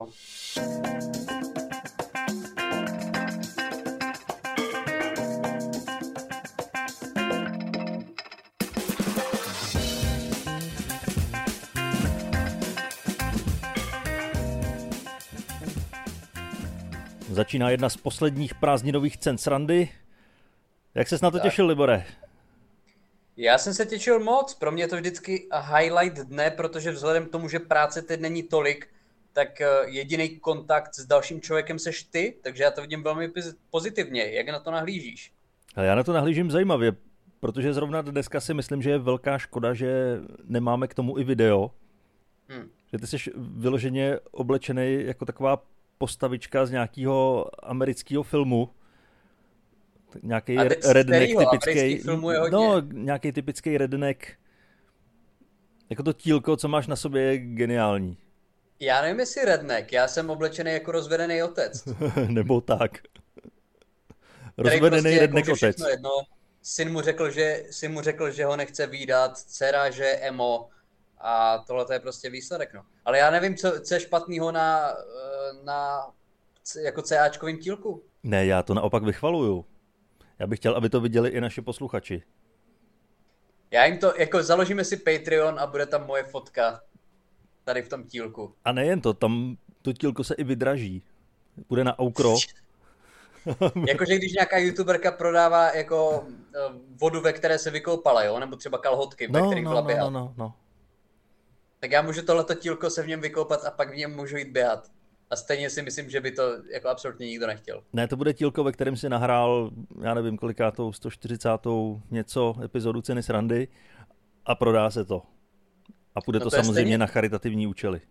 Začíná jedna z posledních prázdninových cen srandy. Jak ses na to těšil, Libore? Já jsem se těšil moc, pro mě je to vždycky highlight dne, protože vzhledem k tomu, že práce teď není tolik, tak jediný kontakt s dalším člověkem seš ty, takže já to vidím velmi pozitivně. Jak na to nahlížíš? A já na to nahlížím zajímavě, protože zrovna dneska si myslím, že je velká škoda, že nemáme k tomu i video. Že ty jsi vyloženě oblečený jako taková postavička z nějakého amerického filmu. Nějaký redneck typický. No, nějaký typický redneck. Jako to tílko, co máš na sobě, je geniální. Já nevím, jestli redneck. Já jsem oblečený jako rozvedený otec. Nebo tak. Rozvedený prostě redneck jako otec. Jedno. Syn mu řekl, že ho nechce vídat, dcera, že je emo. A tohle je prostě výsledek, no. Ale já nevím, co je špatného na jako CAčkovým tílku. Ne, já to naopak vychvaluju. Já bych chtěl, aby to viděli i naši posluchači. Já jim to, jako založíme si Patreon a bude tam moje fotka tady v tom tílku. A nejen to, tam to tílko se i vydraží. Bude na aukro. Jakože když nějaká youtuberka prodává jako vodu, ve které se vykoupala, jo? Nebo třeba kalhotky, ve kterých byla běhat. No. Tak já můžu tohleto tílko se v něm vykoupat a pak v něm můžu jít běhat. A stejně si myslím, že by to jako absolutně nikdo nechtěl. Ne, to bude tílko, ve kterém si nahrál, já nevím kolikátou, 140. něco epizodu Ceny srandy a prodá se to. A půjde to samozřejmě stejně na charitativní účely.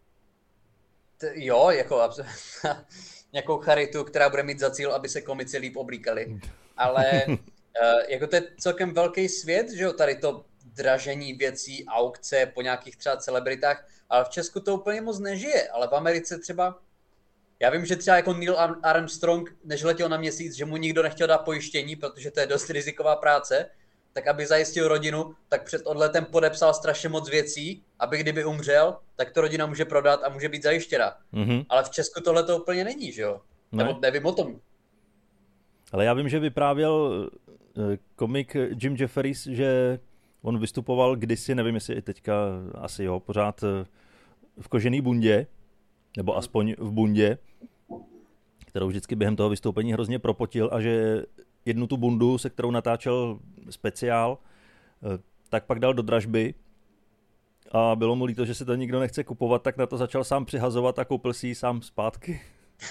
Jo, jako nějakou charitu, která bude mít za cíl, aby se komici líp oblíkali. Ale jako to je celkem velký svět, že jo, tady to dražení věcí, aukce po nějakých třeba celebritách, ale v Česku to úplně moc nežije, ale v Americe třeba, já vím, že třeba jako Neil Armstrong, než letěl na Měsíc, že mu nikdo nechtěl dát pojištění, protože to je dost riziková práce, tak aby zajistil rodinu, tak před odletem podepsal strašně moc věcí, aby kdyby umřel, tak to rodina může prodat a může být zajištěna. Mm-hmm. Ale v Česku tohle to úplně není, že jo? Ne. Nebo nevím o tom. Ale já vím, že vyprávěl komik Jim Jefferies, že on vystupoval kdysi, nevím jestli i teďka, asi jo, pořád v kožený bundě, nebo aspoň v bundě, kterou vždycky během toho vystoupení hrozně propotil a že jednu tu bundu, se kterou natáčel speciál, tak pak dal do dražby a bylo mu líto, že se to nikdo nechce kupovat, tak na to začal sám přihazovat a koupil si ji sám zpátky.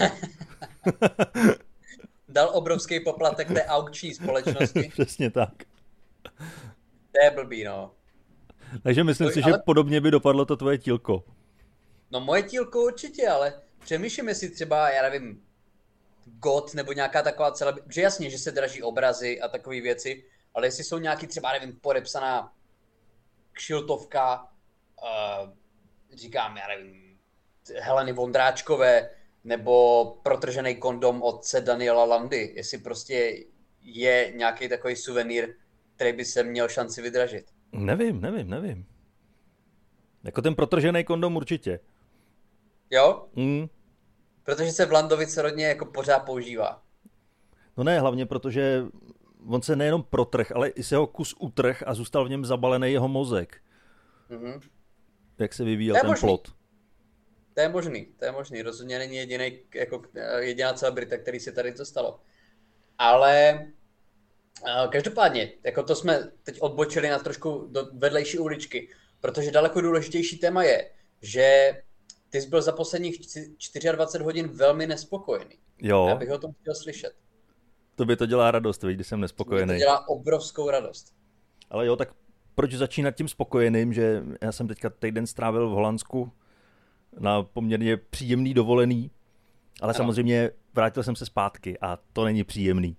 Dal obrovský poplatek té aukční společnosti. Přesně tak. To je blbý, no. Takže myslím si, že podobně by dopadlo to tvoje tílko. No moje tílko určitě, ale přemýšlím, jestli třeba, já nevím, God nebo nějaká taková že jasně, že se draží obrazy a takové věci, ale jestli jsou nějaký třeba, nevím, podepsaná kšiltovka, říkám, já nevím, Heleny Vondráčkové, nebo protržený kondom od C. Daniela Landy, jestli prostě je nějaký takový suvenýr, který by se měl šanci vydražit. Nevím. Jako ten protržený kondom určitě. Jo? Protože se v Landovice rodně jako pořád používá. No ne, hlavně protože on se nejenom protrh, ale i se ho kus utrh a zůstal v něm zabalený jeho mozek. Mm-hmm. Jak se vyvíjel ten plot. To je možný. Rozhodně není jediná celebrita, který se tady to stalo. Ale každopádně, jako to jsme teď odbočili na trošku do vedlejší uličky, protože daleko důležitější téma je, že ty jsi byl za posledních 24 hodin velmi nespokojený. Jo. Já bych o tom chtěl slyšet. To by to dělá radost, když jsem nespokojený. To dělá obrovskou radost. Ale jo, tak proč začínat tím spokojeným, že já jsem teďka týden strávil v Holandsku na poměrně příjemný dovolený, ale ano. Samozřejmě vrátil jsem se zpátky a to není příjemný.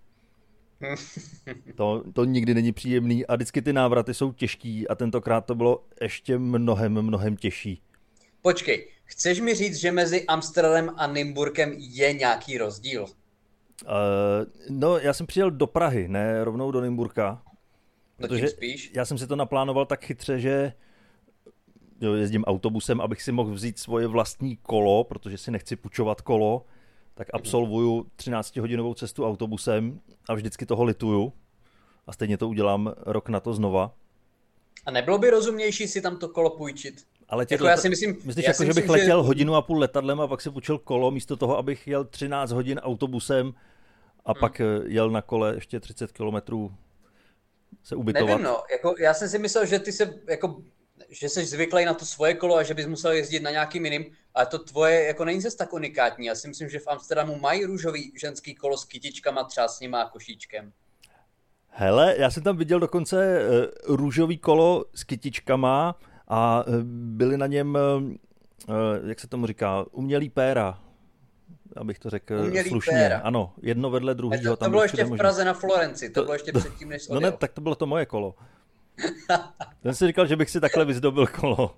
To nikdy není příjemný a vždycky ty návraty jsou těžký a tentokrát to bylo ještě mnohem těžší. Počkej, chceš mi říct, že mezi Amsterdamem a Nymburkem je nějaký rozdíl? No, já jsem přijel do Prahy, ne rovnou do Nymburka. No tím spíš. Já jsem si to naplánoval tak chytře, že jezdím autobusem, abych si mohl vzít svoje vlastní kolo, protože si nechci půjčovat kolo, tak absolvuju 13hodinovou cestu autobusem a vždycky toho lituju. A stejně to udělám rok na to znova. A nebylo by rozumnější si tam to kolo půjčit? Ale já si myslím, myslíš, jako, že bych letěl hodinu a půl letadlem a pak si půjčil kolo, místo toho, abych jel 13 hodin autobusem a pak jel na kole ještě 30 kilometrů se ubytovat. Nevím, no. Jako, já jsem si myslel, že ty se jako, že jsi zvyklý na to svoje kolo a že bys musel jezdit na nějakým jiným, ale to tvoje jako není zase tak unikátní. Já si myslím, že v Amsterdamu mají růžový ženský kolo s kytičkama, třásněma a košíčkem. Hele, já jsem tam viděl dokonce růžový kolo s kytičkama a byly na něm, jak se tomu říká, umělý péra, abych to řekl umělý slušně. Péra. Ano, jedno vedle druhého. To bylo ještě v Praze na Florenci, to bylo ještě předtím, než odjel. No ne, tak to bylo to moje kolo. Ten si říkal, že bych si takhle vyzdobil kolo.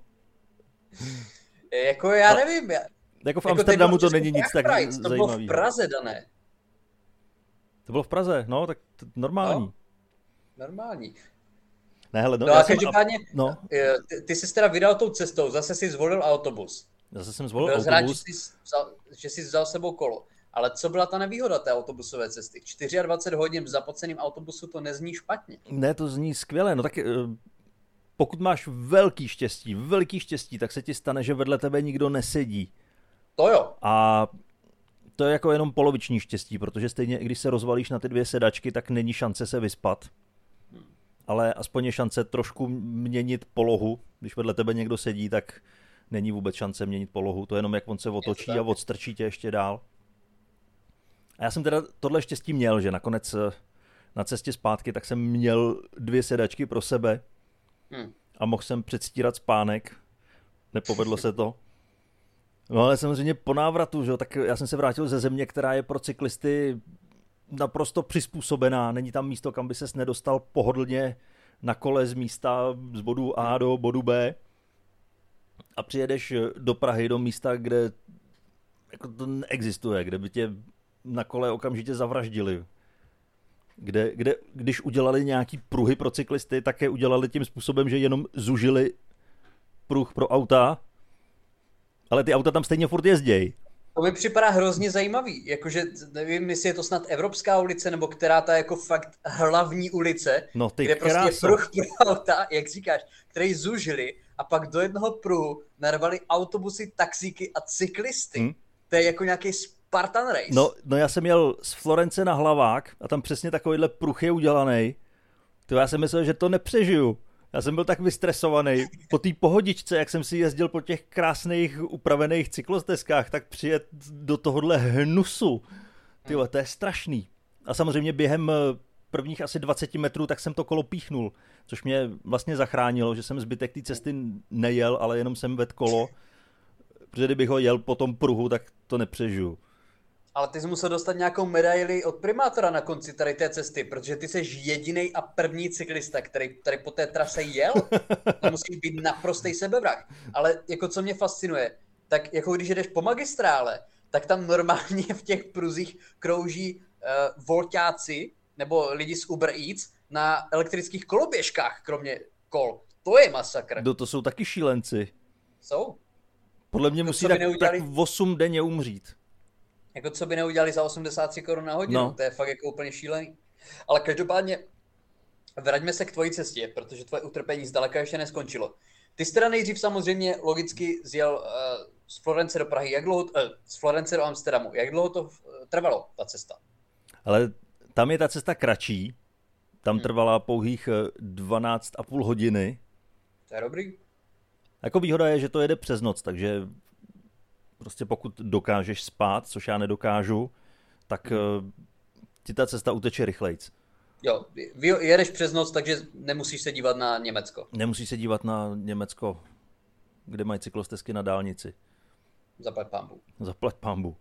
Jako já nevím. Jako v Amsterdamu to není nic tak zajímavého. To bylo v Praze, Dané. To bylo v Praze, no, tak to normální. No, normální. Ne, hele, no a každopádně, ty jsi teda vydal tou cestou, zase si zvolil autobus. Zase jsem zvolil autobus. Rád, že jsi vzal sebou kolo. Ale co byla ta nevýhoda té autobusové cesty? 24 hodin v zapoceném autobusu to nezní špatně. Ne, to zní skvěle. No tak pokud máš veliký štěstí, tak se ti stane, že vedle tebe nikdo nesedí. To jo. A to je jako jenom poloviční štěstí, protože stejně, když se rozvalíš na ty 2 sedačky, tak není šance se vyspat. Ale aspoň je šance trošku měnit polohu. Když vedle tebe někdo sedí, tak není vůbec šance měnit polohu. To je jenom jak on se otočí a odstrčí tě ještě dál. A já jsem teda tohle štěstí měl, že nakonec na cestě zpátky tak jsem měl 2 sedačky pro sebe a mohl jsem předstírat spánek. Nepovedlo se to. No ale samozřejmě po návratu, že? Tak já jsem se vrátil ze země, která je pro cyklisty naprosto přizpůsobená. Není tam místo, kam by ses nedostal pohodlně na kole z místa z bodu A do bodu B. A přijedeš do Prahy, do místa, kde jako to neexistuje, kde by tě na kole okamžitě zavraždili. Když udělali nějaký pruhy pro cyklisty, tak je udělali tím způsobem, že jenom zužili pruh pro auta, ale ty auta tam stejně furt jezdějí. To mi připadá hrozně zajímavý, jakože nevím, jestli je to snad Evropská ulice, nebo která ta jako fakt hlavní ulice, no, kde prostě pruh pro auta, jak říkáš, který zužili a pak do jednoho pruhu narvali autobusy, taxíky a cyklisty. To je jako nějaký Spartan race. No já jsem jel z Florence na Hlavák a tam přesně takovýhle pruh je udělaný. To já jsem myslel, že to nepřežiju. Já jsem byl tak vystresovaný. Po té pohodičce, jak jsem si jezdil po těch krásných upravených cyklostezkách, tak přijet do tohohle hnusu. Tyhle, to je strašný. A samozřejmě během prvních asi 20 metrů tak jsem to kolo píchnul, což mě vlastně zachránilo, že jsem zbytek té cesty nejel, ale jenom jsem vedl kolo. Protože kdybych ho jel po tom pruhu, tak to nepřežiju. Ale ty jsi musel dostat nějakou medaili od primátora na konci tady té cesty, protože ty jsi jedinej a první cyklista, který tady po té trase jel. To musí být naprostej sebevrah. Ale jako co mě fascinuje, tak jako když jedeš po magistrále, tak tam normálně v těch pruzích krouží volťáci nebo lidi z Uber Eats na elektrických koloběžkách, kromě kol. To je masakr. To jsou taky šílenci. Jsou. Podle mě musí tak 8 denně umřít. Jako co by neudělali za 83 korun na hodinu, no. To je fakt jako úplně šílený. Ale každopádně vraťme se k tvojí cestě, protože tvoje utrpení zdaleka ještě neskončilo. Ty jsi teda nejdřív samozřejmě logicky zjel z Florence do Prahy, z Florence do Amsterdamu. Jak dlouho to trvalo, ta cesta? Ale tam je ta cesta kratší, tam trvala pouhých 12,5 hodiny. To je dobrý. Jako výhoda je, že to jede přes noc, takže prostě pokud dokážeš spát, což já nedokážu, tak ti ta cesta uteče rychlejc. Jo, jedeš přes noc, takže nemusíš se dívat na Německo. Nemusíš se dívat na Německo, kde mají cyklostezky na dálnici. Zaplať pánbu. Zaplať pánbu.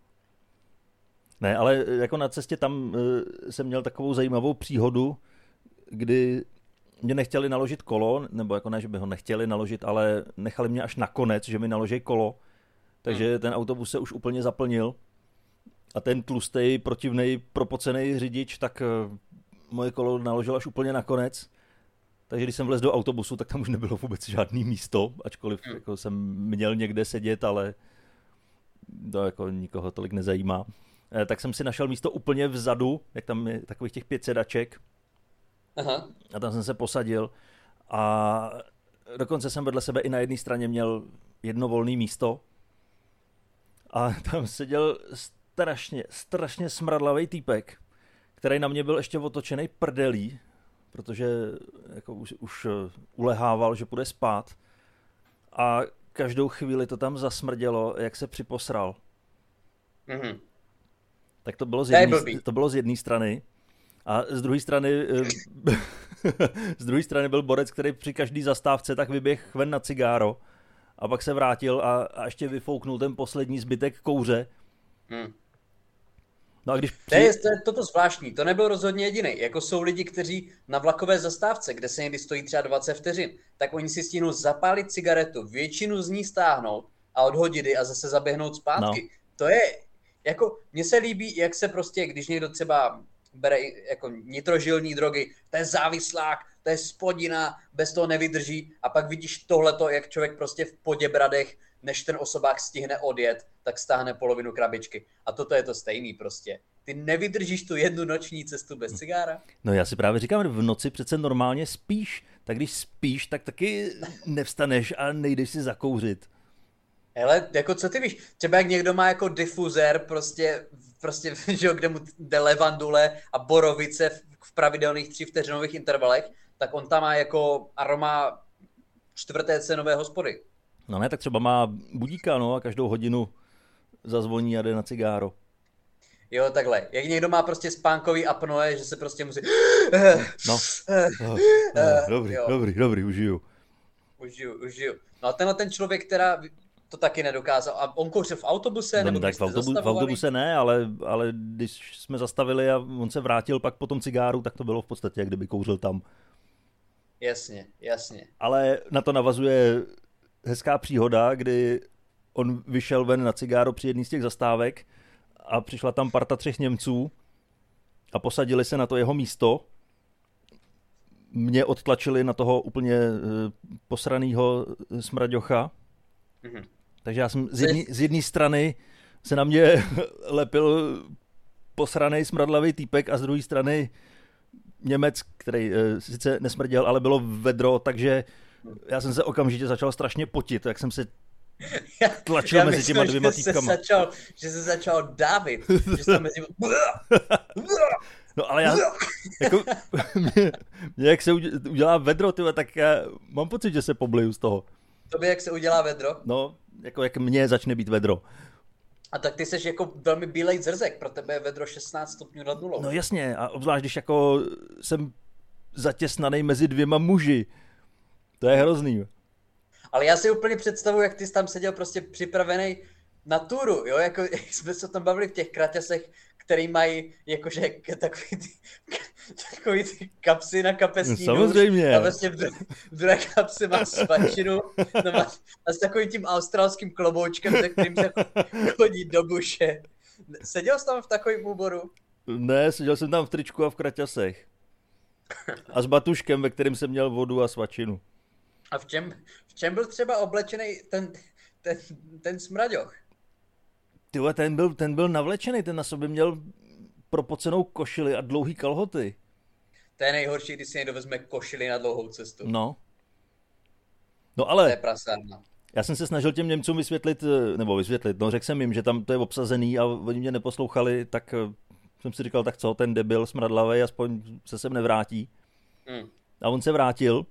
Ne, ale jako na cestě tam jsem měl takovou zajímavou příhodu, kdy mě nechtěli naložit kolo, nebo jako ne, že by ho nechtěli naložit, ale nechali mě až nakonec, že mi naloží kolo. Takže ten autobus se už úplně zaplnil a ten tlustej, protivnej, propocený řidič, tak moje kolo naložil až úplně nakonec. Takže když jsem vlez do autobusu, tak tam už nebylo vůbec žádný místo, ačkoliv jako jsem měl někde sedět, ale to jako nikoho tolik nezajímá. Tak jsem si našel místo úplně vzadu, jak tam je takových těch 5 sedaček. Aha. A tam jsem se posadil a dokonce jsem vedle sebe i na jedné straně měl jedno volné místo. A tam seděl strašně smradlavý týpek, který na mě byl ještě otočený prdelí, protože jako už ulehával, že půjde spát. A každou chvíli to tam zasmrdělo, jak se připosral. Mhm. Tak to bylo z jedné strany. A z druhé strany byl borec, který při každý zastávce tak vyběhl ven na cigáro a pak se vrátil a ještě vyfouknul ten poslední zbytek kouře. No a když to je toto zvláštní, to nebyl rozhodně jediný. Jako jsou lidi, kteří na vlakové zastávce, kde se někdy stojí třeba 20 vteřin, tak oni si stihnou zapálit cigaretu, většinu z ní stáhnout a odhodit ji a zase zaběhnout zpátky. No. To je, jako, mně se líbí, jak se prostě, když někdo třeba bere jako nitrožilní drogy, to je závislák, to je spodina, bez toho nevydrží a pak vidíš tohleto, jak člověk prostě v Poděbradech, než ten osobák stihne odjet, tak stáhne polovinu krabičky. A toto je to stejný prostě. Ty nevydržíš tu jednu noční cestu bez cigára? No já si právě říkám, že v noci přece normálně spíš, tak když spíš, tak taky nevstaneš a nejdeš si zakouřit. Hele, jako co ty víš? Třeba jak někdo má jako difuzér, prostě že jo, kde mu jde levandule a borovice v pravidelných 3 vteřinových intervalech, tak on tam má jako aroma 4. cenové hospody. No ne, tak třeba má budíka, no, a každou hodinu zazvoní a jde na cigáro. Jo, takhle. Jak někdo má prostě spánkový apnoe, že se prostě musí... No, dobrý, užiju. Užiju. No a tenhle ten člověk, která to taky nedokázal. A on kouřil v autobuse? No, tak v autobuse ne, ale když jsme zastavili a on se vrátil pak po tom cigáru, tak to bylo v podstatě, jak kdyby kouřil tam. Jasně. Ale na to navazuje hezká příhoda, kdy on vyšel ven na cigáro při jedné z těch zastávek a přišla tam parta 3 Němců a posadili se na to jeho místo. Mě odtlačili na toho úplně posranýho smraďocha. Mm-hmm. Takže já jsem z jedné strany se na mě lepil posranej smradlavý týpek a z druhé strany Němec, který sice nesmrděl, ale bylo vedro, takže já jsem se okamžitě začal strašně potit, jak jsem se tlačil mezi těma 2 týpkama. Že se začal dávit, že se mezi... No ale já, jako, mě jak se udělá vedro, tyhle, tak já mám pocit, že se pobliju z toho. Tobě jak se udělá vedro? No, jako jak mně začne být vedro. A tak ty seš jako velmi bílej zrzek, pro tebe je vedro 16 stupňů nad nulou. No jasně, a obzvlášť, když jako jsem zatěsnaný mezi 2 muži. To je hrozný. Ale já si úplně představuji, jak ty jsi tam seděl prostě připravený na túru, jo, jako jsme se tam bavili v těch kraťasech, který mají jakože takový ty kapsy na kapesní no, samozřejmě. A vlastně v druhé kapsi má svačinu, no má s takovým tím australským kloboučkem, se kterým se chodí do buše. Seděl jsi tam v takovém úboru? Ne, seděl jsem tam v tričku a v kraťasech. A s batuškem, ve kterém jsem měl vodu a svačinu. A v čem byl třeba oblečený ten smraďoch? Tyhle, ten byl navlečený, ten na sobě měl propocenou košili a dlouhý kalhoty. To je nejhorší, když si někdo vezme košili na dlouhou cestu. No ale... To je prasárna. Já jsem se snažil těm Němcům vysvětlit, no řekl jsem jim, že tam to je obsazený a oni mě neposlouchali, tak jsem si říkal, tak co, ten debil smradlavej, aspoň se sem nevrátí. A on se vrátil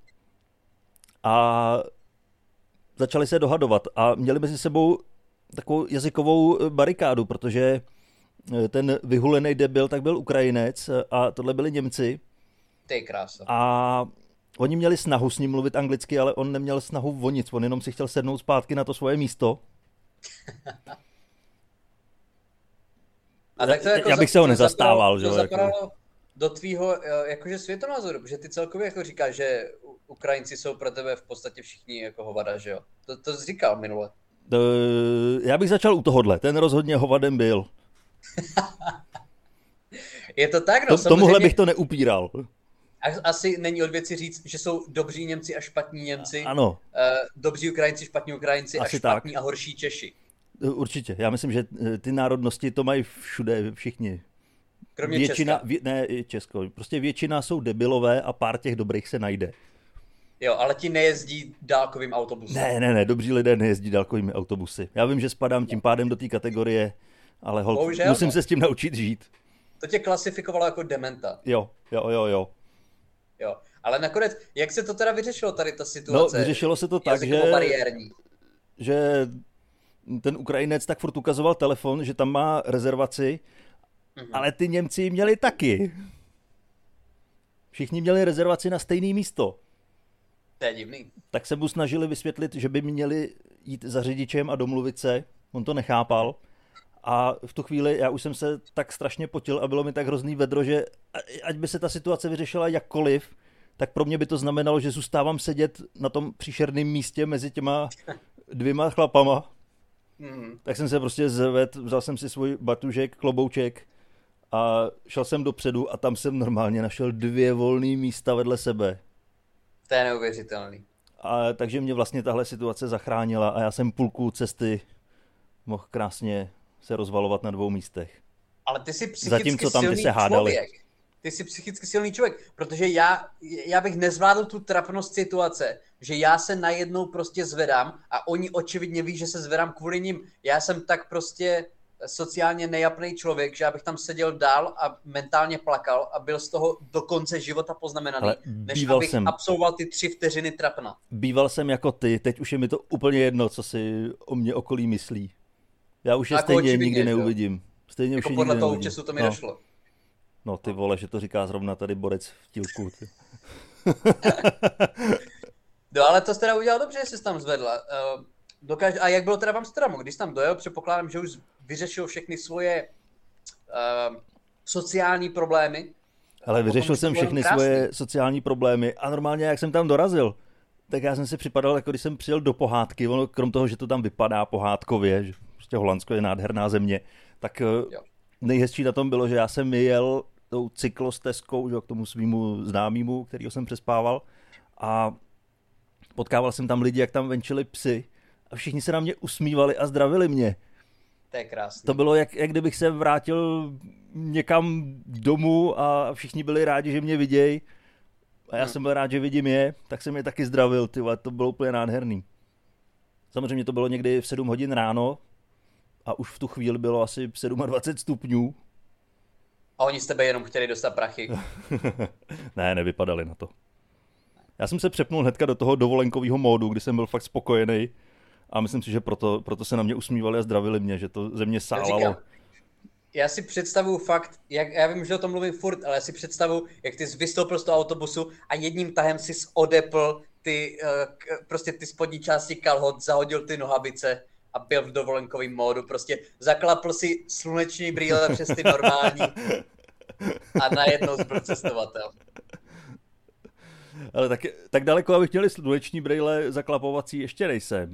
a začali se dohadovat a měli mezi sebou takovou jazykovou barikádu, protože ten vyhulený debil tak byl Ukrajinec a tohle byli Němci. Ty krása. A oni měli snahu s ním mluvit anglicky, ale on neměl snahu o nic, on jenom si chtěl sednout zpátky na to svoje místo. A tak to jako já bych se ho nezastával. To zapadalo do tvýho jakože světonázoru, protože ty celkově jako říkáš, že Ukrajinci jsou pro tebe v podstatě všichni jako hovada, že jo? To jsi říkal minule. Já bych začal u tohohle, ten rozhodně hovadem byl. Je to tak, no Tomuhle bych to neupíral. Asi není od věci říct, že jsou dobří Němci a špatní Němci. Ano. Dobří Ukrajinci, špatní Ukrajinci Asi a špatní tak. a horší Češi. Určitě. Já myslím, že ty národnosti to mají všude všichni. Kromě Většina, Česka. ne, i Česko. Prostě většina jsou debilové a pár těch dobrých se najde. Jo, ale ti nejezdí dálkovým autobusem. Ne, dobří lidé nejezdí dálkovými autobusy. Já vím, že spadám tím pádem do té kategorie, ale musím se s tím naučit žít. To tě klasifikovalo jako dementa. Jo. Jo, ale nakonec, jak se to teda vyřešilo tady ta situace? No, vyřešilo se to tak, že ten Ukrajinec tak furt ukazoval telefon, že tam má rezervaci, ale ty Němci měli taky. Všichni měli rezervaci na stejné místo. To je divný. Tak se mu snažili vysvětlit, že by měli jít za řidičem a domluvit se. On to nechápal. A v tu chvíli já už jsem se tak strašně potil a bylo mi tak hrozný vedro, že ať by se ta situace vyřešila jakkoliv, tak pro mě by to znamenalo, že zůstávám sedět na tom příšerném místě mezi těma dvěma chlapama. Tak jsem se prostě zvedl, vzal jsem si svůj batužek, klobouček a šel jsem dopředu a tam jsem normálně našel 2 volné místa vedle sebe. To je neuvěřitelný. A takže mě vlastně tahle situace zachránila a já jsem půlku cesty mohl krásně se rozvalovat na 2 místech. Ale ty jsi psychicky Zatímco tam ty silný se hádali. člověk. Ty jsi psychicky silný člověk, protože já bych nezvládl tu trapnost situace, že já se najednou prostě zvedám a oni očividně ví, že se zvedám kvůli nim. Já jsem tak prostě sociálně nejapný člověk, že já bych tam seděl dál a mentálně plakal a byl z toho do konce života poznamenaný, než abych absolvoval ty 3 vteřiny trapna. Býval jsem jako ty, teď už je mi to úplně jedno, co si o mě okolí myslí. Já už je jako stejně nikdy neuvidím. Stejně jako už je podle nikdy toho neuvidím. účesu to mi došlo. No ty vole, že to říká zrovna tady borec v tílku. No ale to jsi teda udělal dobře, že jsi tam zvedla. A jak bylo teda vám stramu? Když jsi tam dojel, předpokládám, že už vyřešil všechny svoje sociální problémy. Ale vyřešil jsem všechny svoje sociální problémy a normálně, jak jsem tam dorazil, tak já jsem si připadal, jako když jsem přijel do pohádky, ono krom toho, že to tam vypadá pohádkově, že prostě Holandsko je nádherná země, tak nejhezčí na tom bylo, že já jsem jel tou cyklostezkou, že, k tomu svýmu známému, kterýho jsem přespával a potkával jsem tam lidi, jak tam venčili psy a všichni se na mě usmívali a zdravili mě. To je krásný. To bylo, jak kdybych se vrátil někam domů a všichni byli rádi, že mě vidějí. A já jsem byl rád, že vidím je, tak jsem je taky zdravil, tyhle, to bylo úplně nádherný. Samozřejmě to bylo někdy v 7 hodin ráno a už v tu chvíli bylo asi 27 stupňů. A oni z tebe jenom chtěli dostat prachy. Ne, nevypadali na to. Já jsem se přepnul hnedka do toho dovolenkového módu, kdy jsem byl fakt spokojený a myslím si, že proto se na mě usmívali a zdravili mě, že to ze mě sálalo. Já si představuju fakt, já vím, že o tom mluvím furt, ale já si představuju, jak ty jsi vystoupil z toho autobusu a jedním tahem jsi odepl prostě ty spodní části kalhot, zahodil ty nohavice a byl v dovolenkovém módu. Prostě zaklapl si sluneční brýle přes ty normální a najednou byl cestovatel. Ale tak daleko, abych měli sluneční brýle zaklapovací, ještě nejsem,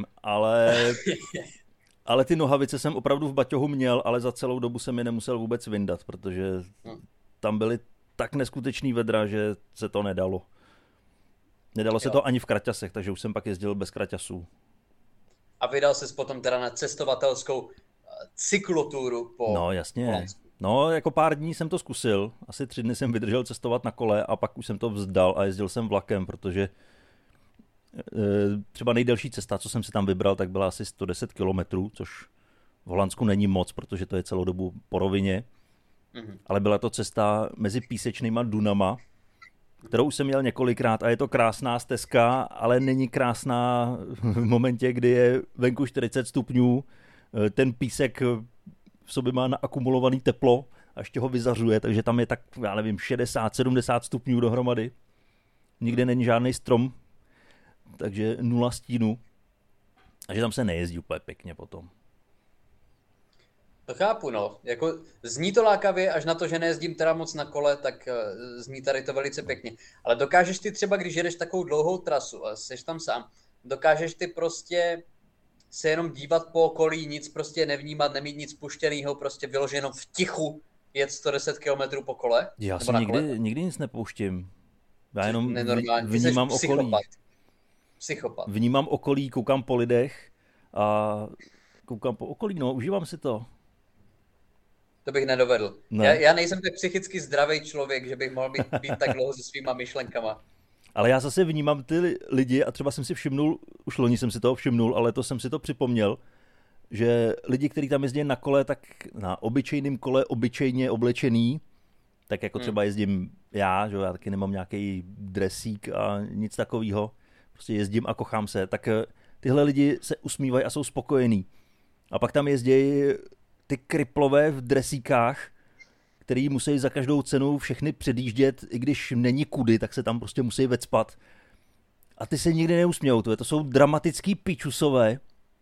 ale ty nohavice jsem opravdu v baťohu měl, ale za celou dobu jsem je nemusel vůbec vyndat, protože tam byly tak neskutečný vedra, že se to nedalo. Nedalo se to ani v kraťasech, takže už jsem pak jezdil bez kraťasů. A vydal ses potom teda na cestovatelskou cyklotúru po No jasně. Holandsku. No jako pár dní jsem to zkusil, asi 3 dny jsem vydržel cestovat na kole a pak už jsem to vzdal a jezdil jsem vlakem, protože třeba nejdelší cesta, co jsem si tam vybral, tak byla asi 110 kilometrů, což v Holandsku není moc, protože to je celou dobu po rovině. Ale byla to cesta mezi písečnýma dunama, kterou jsem měl několikrát a je to krásná stezka, ale není krásná v momentě, kdy je venku 40 stupňů, ten písek v sobě má naakumulovaný teplo a ještě ho vyzařuje, takže tam je tak, já nevím, 60-70 stupňů dohromady. Nikde není žádný strom, takže 0 stínu. Takže tam se nejezdí úplně pěkně potom. To chápu, no. Jako, zní to lákavě, až na to, že nejezdím teda moc na kole, tak zní tady to velice pěkně. Ale dokážeš ty třeba, když jedeš takovou dlouhou trasu a jsi tam sám, dokážeš ty prostě se jenom dívat po okolí, nic prostě nevnímat, nemít nic puštěnýho, prostě vyložit jenom v tichu jet 110 km po kole? Já si nikdy nic nepouštím. Já jenom nenormální. vnímám Ty jsi okolí. Psychopat. Vnímám okolí, koukám po lidech a koukám po okolí, no, užívám si to. To bych nedovedl. Ne. Já nejsem tak psychicky zdravý člověk, že bych mohl být tak dlouho se svýma myšlenkama. Ale já zase vnímám ty lidi a třeba jsem si všimnul, už loni jsem si toho všimnul, ale to jsem si to připomněl, že lidi, kteří tam jezdí na kole, tak na obyčejném kole, obyčejně oblečený, tak jako třeba jezdím já, že já taky nemám nějaký dresík a nic takového, prostě jezdím a kochám se, tak tyhle lidi se usmívají a jsou spokojení. A pak tam jezdí ty kriplové v dresíkách, který musí za každou cenu všechny předjíždět, i když není kudy, tak se tam prostě musí vecpat. A ty se nikdy neusmějou, to jsou dramatický pičusové,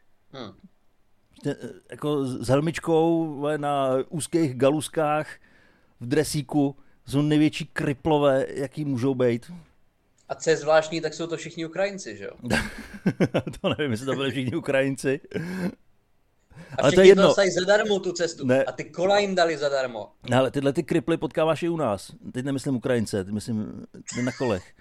jako s helmičkou na úzkých galuskách v dresíku, jsou největší kriplové, jaký můžou být. A co je zvláštní, tak jsou to všichni Ukrajinci, že jo? To nevím, jestli to byli všichni Ukrajinci. A všichni dostají zadarmo tu cestu. Ne. A ty kola jim dali zadarmo. No, ale tyhle ty kriply potkáváš i u nás. Teď nemyslím Ukrajince, teď myslím na kolech.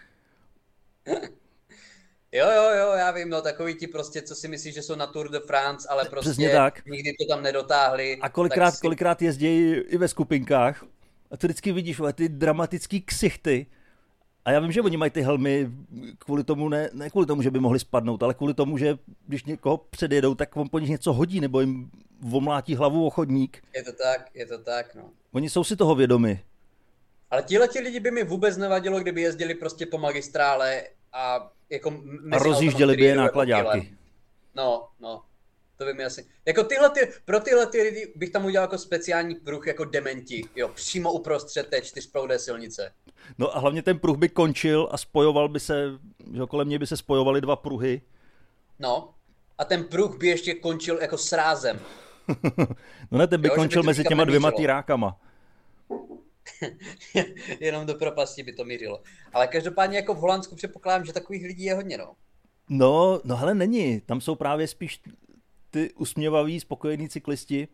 Jo, já vím, no takový ti prostě, co si myslíš, že jsou na Tour de France, ale prostě nikdy to tam nedotáhli. A kolikrát jezdí i ve skupinkách a ty vždycky vidíš, ty dramatický ksichty. A já vím, že oni mají ty helmy kvůli tomu, ne kvůli tomu, že by mohli spadnout, ale kvůli tomu, že když někoho předjedou, tak on po nich něco hodí, nebo jim omlátí hlavu o chodník. Je to tak, no. Oni jsou si toho vědomi. Ale tihleti lidi by mi vůbec nevadilo, kdyby jezdili prostě po magistrále a jako mezi rozjížděli by je nákladáky. No, to by mi asi... Jako pro tyhle lidi bych tam udělal jako speciální pruh jako dementi, jo, přímo uprostřed té 4proudé silnice. No a hlavně ten pruh by končil a spojoval by se, že kolem něj by se spojovaly dva pruhy. No, a ten pruh by ještě končil jako srázem. No ne, ten by končil mezi těma dvěma týrákama. Jenom do propasti by to mířilo. Ale každopádně jako v Holandsku předpokládám, že takových lidí je hodně, no. No hele, není. Tam jsou právě spíš ty usměvaví, spokojení cyklisti.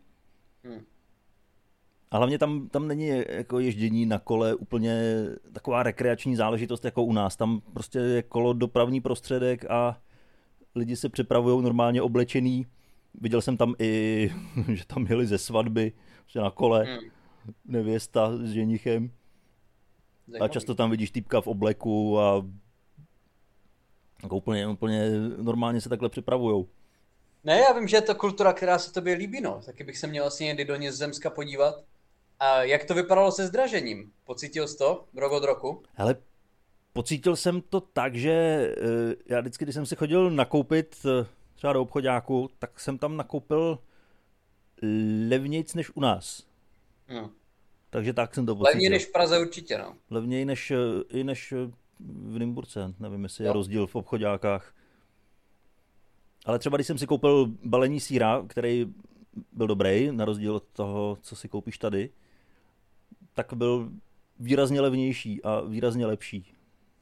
A hlavně tam není jako ježdění na kole úplně taková rekreační záležitost jako u nás. Tam prostě je kolo dopravní prostředek a lidi se přepravují normálně oblečený. Viděl jsem tam i, že tam jeli ze svatby, že na kole, nevěsta s ženichem. A často tam vidíš týpka v obleku a jako úplně normálně se takhle připravujou. Ne, já vím, že je to kultura, která se tobě líbí, no. Taky bych se měl asi někdy do Nizozemska podívat. A jak to vypadalo se zdražením? Pocítil jsi to rok od roku? Hele, pocítil jsem to tak, že já vždycky, když jsem si chodil nakoupit třeba do obchoďáku, tak jsem tam nakoupil levnějc než u nás. Takže tak jsem to pocítil. Levněji než v Praze určitě, no. Levněji než v Nymburce. Nevím, jestli je rozdíl v obchoďákách. Ale třeba když jsem si koupil balení sýra, který byl dobrý, na rozdíl od toho, co si koupíš tady, tak byl výrazně levnější a výrazně lepší.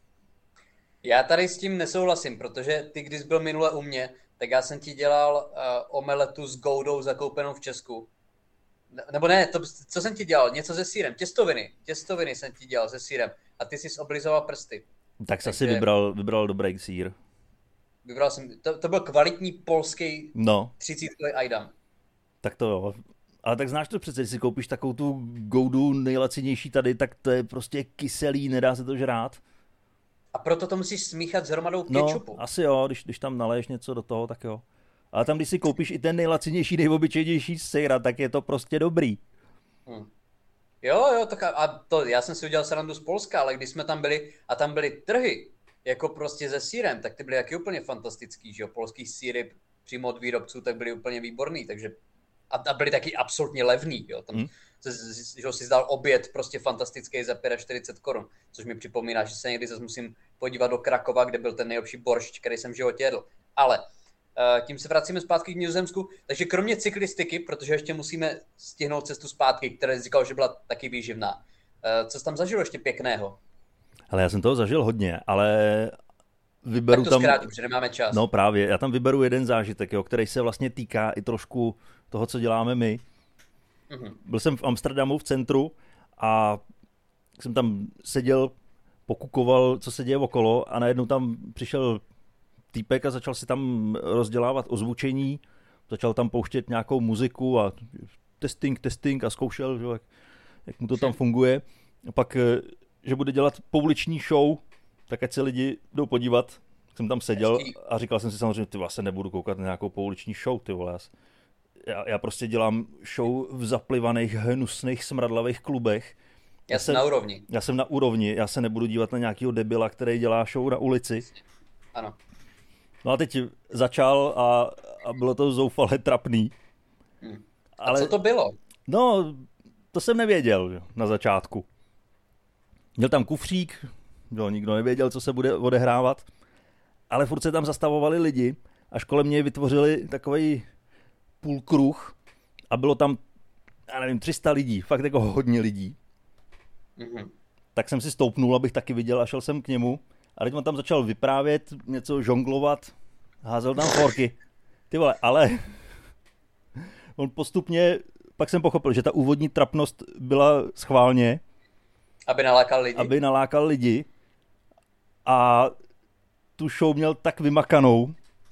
Já tady s tím nesouhlasím, protože ty, když byl minule u mě, tak já jsem ti dělal omeletu s goudou zakoupenou v Česku. Nebo ne, co jsem ti dělal? Něco se sýrem. Těstoviny jsem ti dělal se sýrem. A ty jsi oblizoval prsty. Tak jsi asi vybral dobrý sýr. Vybral jsem, to byl kvalitní polský 30 Ajdam. Tak to jo. Ale tak znáš to přece, když si koupíš takovou tu goudu nejlacinější tady, tak to je prostě kyselý, nedá se to žrát. A proto to musíš smíchat s hromadou kečupu. No, asi jo, když tam naléješ něco do toho, tak jo. Ale tam, když si koupíš i ten nejlacinější, nejobyčejnější sejra, tak je to prostě dobrý. Jo, tak a to, já jsem si udělal srandu z Polska, ale když jsme tam byli a tam byly trhy, jako prostě se sýrem, tak ty byly taky úplně fantastický, že jo, polský sýry přímo od výrobců, tak byly úplně výborný, takže a byly taky absolutně levný, jo, tam že si zdal oběd prostě fantastický za 45 korun, což mi připomíná, že se někdy zase musím podívat do Krakova, kde byl ten nejlepší boršč, který jsem v životě jedl. Ale tím se vracíme zpátky k Nizozemsku, takže kromě cyklistiky, protože ještě musíme stihnout cestu zpátky, která říkal, že byla taky výživná. Co jsi tam zažil ještě pěkného? Ale já jsem toho zažil hodně, ale vyberu tak to zkrátím, že nemáme čas. No právě, já tam vyberu jeden zážitek, jo, který se vlastně týká i trošku toho, co děláme my. Byl jsem v Amsterdamu v centru a jsem tam seděl pokukoval, co se děje okolo a najednou tam přišel týpek a začal si tam rozdělávat ozvučení, začal tam pouštět nějakou muziku a testing a zkoušel, že, jak mu to tam funguje. A pak, že bude dělat pouliční show, tak ať se lidi jdou podívat. Jsem tam seděl a říkal jsem si samozřejmě, ty se nebudu koukat na nějakou pouliční show, ty vole. Já prostě dělám show v zaplivaných, hnusných, smradlavých klubech. Já jsem na úrovni. Já jsem na úrovni, já se nebudu dívat na nějakýho debila, který dělá show na ulici. Ano. No a teď začal a bylo to zoufale trapný. A co to bylo? No, to jsem nevěděl na začátku. Měl tam kufřík, nikdo nevěděl, co se bude odehrávat, ale furt se tam zastavovali lidi, až kolem něj vytvořili takovej půlkruh a bylo tam, já nevím, 300 lidí, fakt jako hodně lidí. Mm-hmm. Tak jsem si stoupnul, abych taky viděl a šel jsem k němu a teď on tam začal vyprávět, něco žonglovat, házel tam forky. Ty vole, ale on postupně, pak jsem pochopil, že ta úvodní trapnost byla schválně, aby nalákal lidi a tu show měl tak vymakanou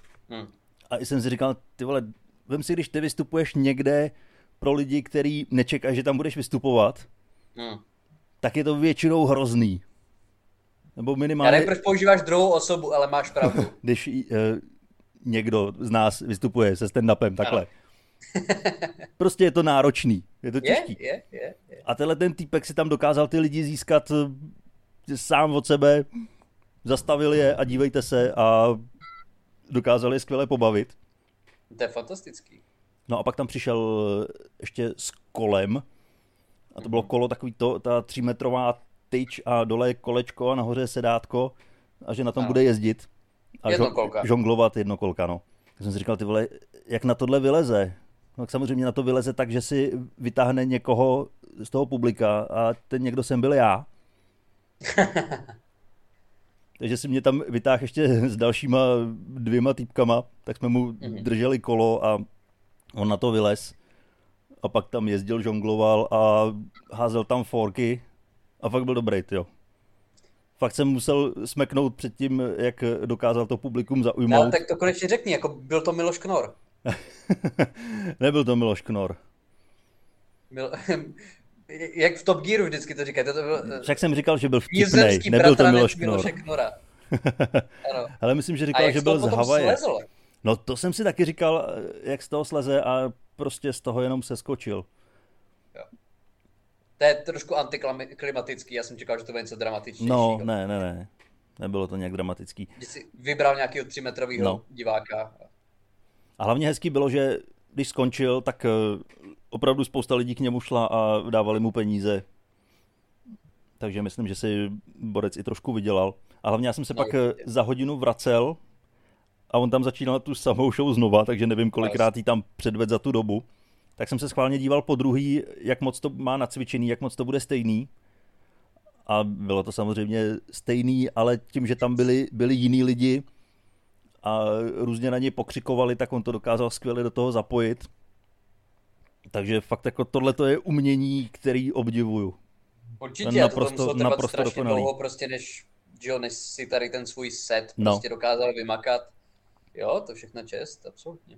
a jsem si říkal, ty vole, vem si, když ty vystupuješ někde pro lidi, který nečekají, že tam budeš vystupovat, tak je to většinou hrozný. Nebo minimálně... Já nevím, proč používáš druhou osobu, ale máš pravdu. Když někdo z nás vystupuje se stand-upem, takhle. Prostě je to náročný, je to těžký. Je. A tenhle ten týpek si tam dokázal ty lidi získat sám od sebe, zastavil je a dívejte se a dokázal je skvěle pobavit. To je fantastický. No a pak tam přišel ještě s kolem a to bylo kolo takový ta 3metrová tyč a dole je kolečko a nahoře je sedátko a že na tom bude jezdit a žonglovat jednokolka, no. Tak jsem si říkal, ty vole, jak na tohle vyleze? No tak samozřejmě na to vyleze tak, že si vytáhne někoho z toho publika a ten někdo jsem byl já. Takže si mě tam vytáhl ještě s dalšíma 2 týpkama, tak jsme mu drželi kolo a on na to vylez. A pak tam jezdil, žongloval a házel tam forky a fakt byl dobrý, tyjo. Fakt jsem musel smeknout před tím, jak dokázal to publikum zaujmout. No, tak to konečně řekni, jako byl to Miloš Knor. Nebyl to Miloš Knor. Jak v Top Gearu vždycky to říkají. Však jsem říkal, že byl vtipnej, nebyl to Miloš Knor. Ale myslím, že říkal, že byl z Havaje. No to jsem si taky říkal, jak z toho sleze a prostě z toho jenom seskočil. Jo. To je trošku antiklimatický, já jsem čekal, že to bude něco dramatičnějšího. No, ne. Nebylo to nějak dramatický. Když jsi vybral nějakého 3metrového diváka. A hlavně hezký bylo, že když skončil, tak opravdu spousta lidí k němu šla a dávali mu peníze. Takže myslím, že si Borec i trošku vydělal. A hlavně já jsem se pak za hodinu vracel a on tam začínal tu samou show znova, takže nevím, kolikrát jí tam předvedl za tu dobu. Tak jsem se schválně díval po druhý, jak moc to má nacvičený, jak moc to bude stejný. A bylo to samozřejmě stejný, ale tím, že tam byli jiní lidi a různě na něj pokřikovali, tak on to dokázal skvěle do toho zapojit. Takže fakt jako tohleto je umění, který obdivuju. Určitě, naprosto, to muselo trvat strašně dlouho, prostě než si tady ten svůj set prostě dokázal vymakat. Jo, to všechno čest, absolutně.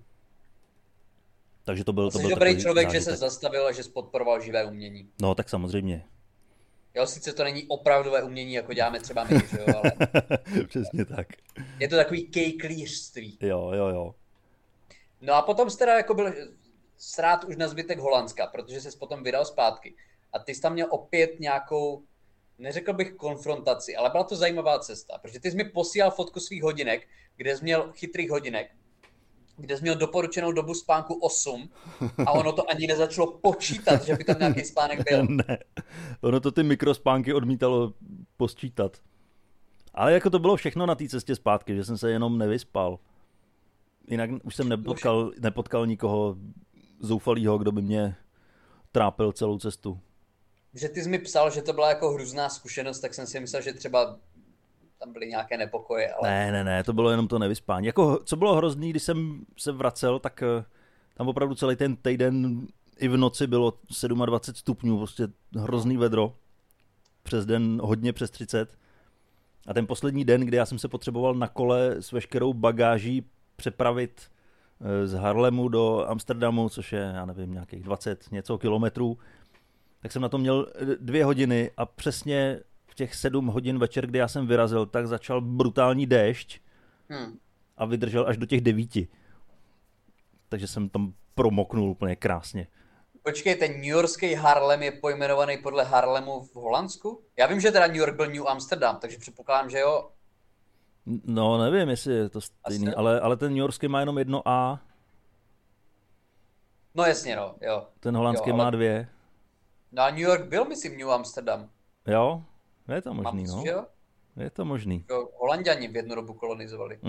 Takže to byl dobrý člověk, že se zastavil a že podporoval živé umění. No, tak samozřejmě. Jo, sice to není opravdové umění, jako děláme třeba my, že jo, ale... Přesně tak. Je to takový kejklířství. Jo. No a potom jsi teda jako byl srát už na zbytek Holandska, protože jsi potom vydal zpátky. A ty jsi tam měl opět nějakou, neřekl bych konfrontaci, ale byla to zajímavá cesta, protože ty jsi mi posílal fotku svých hodinek, kde jsi měl chytrých hodinek, kde jsi měl doporučenou dobu spánku 8 a ono to ani nezačalo počítat, že by tam nějaký spánek byl. Ne, ono to ty mikrospánky odmítalo posčítat. Ale jako to bylo všechno na té cestě zpátky, že jsem se jenom nevyspal. Jinak už jsem nepotkal nikoho zoufalýho, kdo by mě trápil celou cestu. Že ty jsi mi psal, že to byla jako hrůzná zkušenost, tak jsem si myslel, že třeba tam byly nějaké nepokoje. Ale... Ne, to bylo jenom to nevyspání. Jako, co bylo hrozný, když jsem se vracel, tak tam opravdu celý ten týden i v noci bylo 27 stupňů, prostě hrozný vedro. Přes den hodně přes 30. A ten poslední den, kdy já jsem se potřeboval na kole s veškerou bagáží přepravit z Haarlemu do Amsterdamu, což je, já nevím, nějakých 20 něco kilometrů, tak jsem na to měl 2 hodiny a přesně v těch 7 hodin večer, kdy já jsem vyrazil, tak začal brutální déšť a vydržel až do těch 9. Takže jsem tam promoknul úplně krásně. Počkej, ten newyorský Harlem je pojmenovaný podle Harlemu v Holandsku? Já vím, že teda New York byl New Amsterdam, takže předpokládám, že jo. No, nevím, jestli je to stejný, ale ten newyorský má jenom 1 A. No jasně, no, jo. Ten holandský má 2. No a New York byl, myslím, New Amsterdam. Jo, je to možný, Mám no. Jo? Je to možný. Jo, Holanďani v jednu dobu kolonizovali.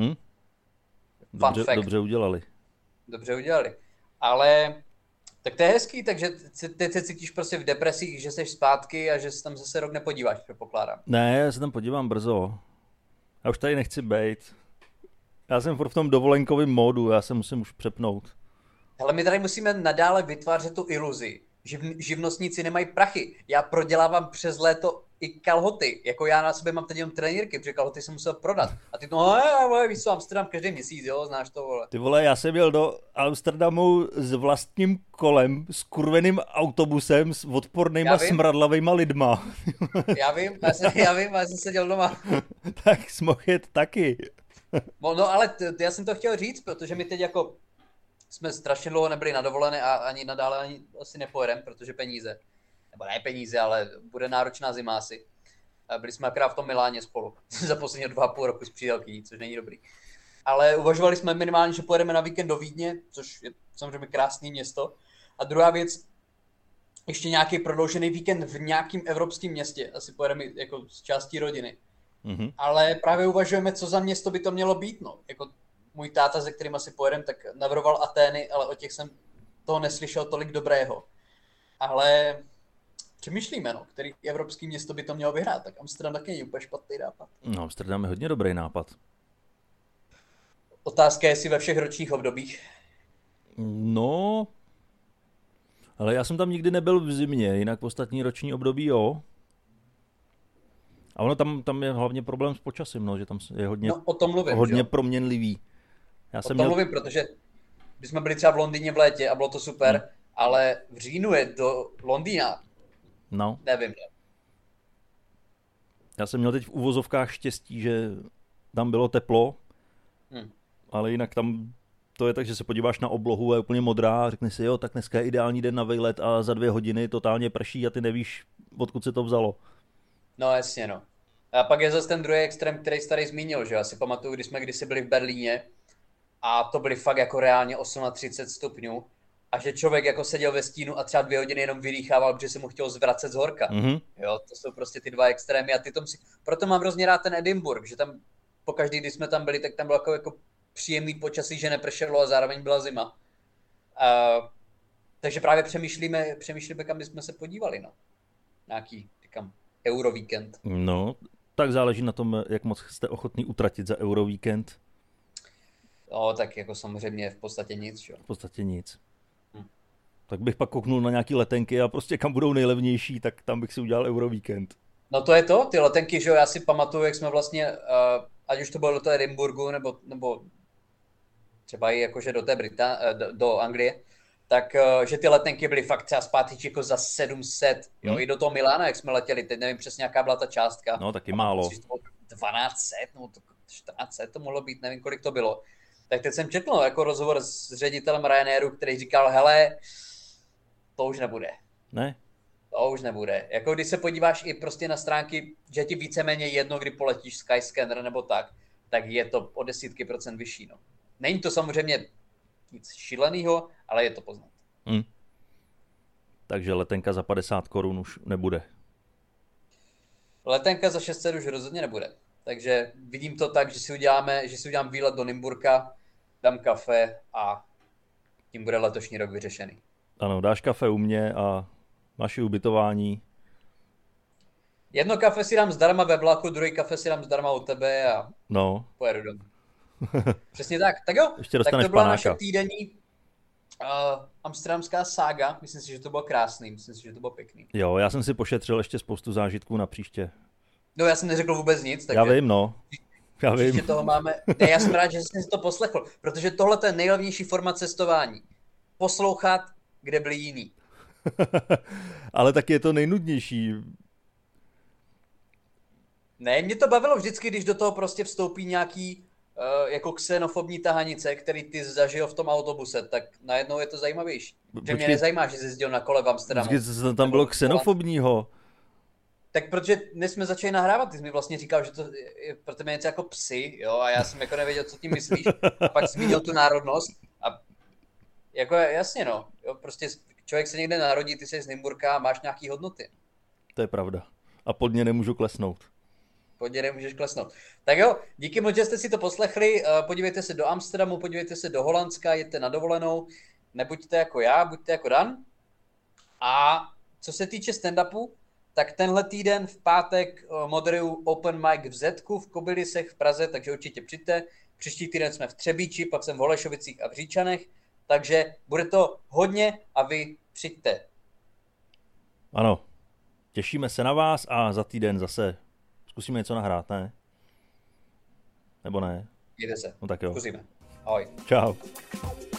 Dobře udělali. Dobře udělali. Ale tak to je hezký, takže ty se cítíš prostě v depresích, že jsi zpátky a že se tam zase rok nepodíváš, předpokládám. Ne, já se tam podívám brzo. Já už tady nechci bejt. Já jsem v tom dovolenkovém módu, já se musím už přepnout. Hele, my tady musíme nadále vytvářet tu iluzi. Živnostníci nemají prachy. Já prodělávám přes léto i kalhoty. Jako já na sobě mám teď jenom trenýrky, protože kalhoty jsem musel prodat. A ty víš co, Amsterdam každý měsíc, jo, znáš to, vole. Ty vole, já jsem jel do Amsterdamu s vlastním kolem, s kurveným autobusem, s odpornýma smradlavejma lidma. Já vím, já jsem seděl doma. Tak mohl jet taky. No ale já jsem to chtěl říct, protože my teď jako jsme strašně dlouho nebyli na dovolené a ani nadále ani asi nepojedeme, protože peníze. Nebo ne peníze, ale bude náročná zima asi. Byli jsme akorát v tom Miláně spolu. Za poslední 2,5 roku z příhelky, což není dobrý. Ale uvažovali jsme minimálně, že pojedeme na víkend do Vídně, což je samozřejmě krásné město. A druhá věc, ještě nějaký prodloužený víkend v nějakém evropském městě. Asi pojedeme jako z částí rodiny. Mm-hmm. Ale právě uvažujeme, co za město by to mělo být. No. Jako můj táta, se kterým asi pojedem, tak navrhoval Atény, ale o těch jsem toho neslyšel tolik dobrého. Ale přemýšlíme, no, který evropský město by to mělo vyhrát, tak Amsterdam taky není úplně špatný nápad. No, Amsterdam je hodně dobrý nápad. Otázka je, jestli ve všech ročních obdobích. No, ale já jsem tam nikdy nebyl v zimě, jinak v ostatní roční období jo. A ono tam je hlavně problém s počasím, no, že tam je hodně, no, o tom mluvím, hodně proměnlivý. Mluvím, protože když jsme byli třeba v Londýně v létě a bylo to super, ale v říjnu je do Londýna. No. Nevím. Já jsem měl teď v uvozovkách štěstí, že tam bylo teplo, ale jinak tam to je tak, že se podíváš na oblohu a je úplně modrá a řekneš si, jo, tak dneska je ideální den na vejlet a za 2 hodiny totálně prší a ty nevíš, odkud se to vzalo. No jasně, no. A pak je zase ten druhý extrém, který jsi tady zmínil, že já si pamatuju, když jsme kdysi byli v Berlíně a to byly fakt jako reálně 38 stupňů a že člověk jako seděl ve stínu a třeba 2 hodiny jenom vydýchával, protože se mu chtělo zvracet z horka. Mm-hmm. Jo, to jsou prostě ty dva extrémy a proto mám hrozně rád ten Edinburgh, že tam pokaždý, když jsme tam byli, tak tam bylo jako příjemný počasí, že nepršelo a zároveň byla zima. Takže právě přemýšlíme, kam bychom se podívali, no. Nějaký, říkám, Eurovíkend. No, tak záleží na tom, jak moc jste ochotný utratit za Eurovíkend. No, tak jako samozřejmě v podstatě nic, jo. V podstatě nic. Tak bych pak kouknul na nějaký letenky a prostě kam budou nejlevnější, tak tam bych si udělal Eurovíkend. No to je to, ty letenky, že jo, já si pamatuju, jak jsme vlastně, ať už to bylo do toho Edinburghu, nebo třeba i jakože do Anglie, tak že ty letenky byly fakt třeba zpátky jako za 700, jo, i do toho Milána, jak jsme letěli, teď nevím přesně, jaká byla ta částka. No, taky málo. 1200, nebo 1400 to mohlo být, nevím, kolik to bylo. Tak teď jsem četl jako rozhovor s ředitelem Ryanairu, který říkal, hele, to už nebude. Ne? To už nebude. Jako když se podíváš i prostě na stránky, že ti víceméně jedno, kdy poletíš Skyscanner nebo tak je to o 10% vyšší, no. Není to samozřejmě nic šílenýho, ale je to poznat. Takže letenka za 50 korun už nebude. Letenka za 600 už rozhodně nebude. Takže vidím to tak, že si udělám výlet do Nymburka, dám kafe a tím bude letošní rok vyřešený. Ano, dáš kafe u mě a máš i ubytování. Jedno kafe si dám zdarma ve vlaku, druhý kafe si dám zdarma u tebe a pojedu domů. Přesně tak. Tak jo, ještě tak to byla panáka. Naše týdenní amsterdamská sága. Myslím si, že to bylo krásný, myslím si, že to bylo pěkný. Jo, já jsem si pošetřil ještě spoustu zážitků na příště. No já jsem neřekl vůbec nic, takže... Já vím, no. Já vím. Toho máme... Ne, já jsem rád, že jsi si to poslechl, protože tohle je nejlevnější forma cestování. Poslouchat, kde byli jiní. Ale taky je to nejnudnější. Ne, mě to bavilo vždycky, když do toho prostě vstoupí nějaký jako xenofobní tahanice, který ty zažil v tom autobuse, tak najednou je to zajímavější. Že mě nezajímá, že jsi jezdil na kole v Amsterdamu. Vždycky tam bylo xenofobního. Tak protože dnes jsme začali nahrávat, ty jsi mi vlastně říkal, že to je pro tebe něco jako psy, jo, a já jsem jako nevěděl, co tím myslíš. A pak jsi viděl tu národnost a jako jasně no, jo, prostě člověk se někde narodí, ty jsi z Nymburka a máš nějaký hodnoty. To je pravda. A pod ně nemůžu klesnout. Pod ně nemůžeš klesnout. Tak jo, díky moc, že jste si to poslechli, podívejte se do Amsterdamu, podívejte se do Holandska, jděte na dovolenou, nebuďte jako já, buďte jako Dan. A co se týče stand-upu, tak tenhle týden v pátek moderuju Open Mic v Zetku v Kobylisech v Praze, takže určitě přijďte. Příští týden jsme v Třebíči, pak jsem v Holešovicích a v Říčanech, takže bude to hodně a vy přijďte. Ano, těšíme se na vás a za týden zase zkusíme něco nahrát, ne? Nebo ne? Jde se. No tak jo. Zkusíme. Ahoj. Čau.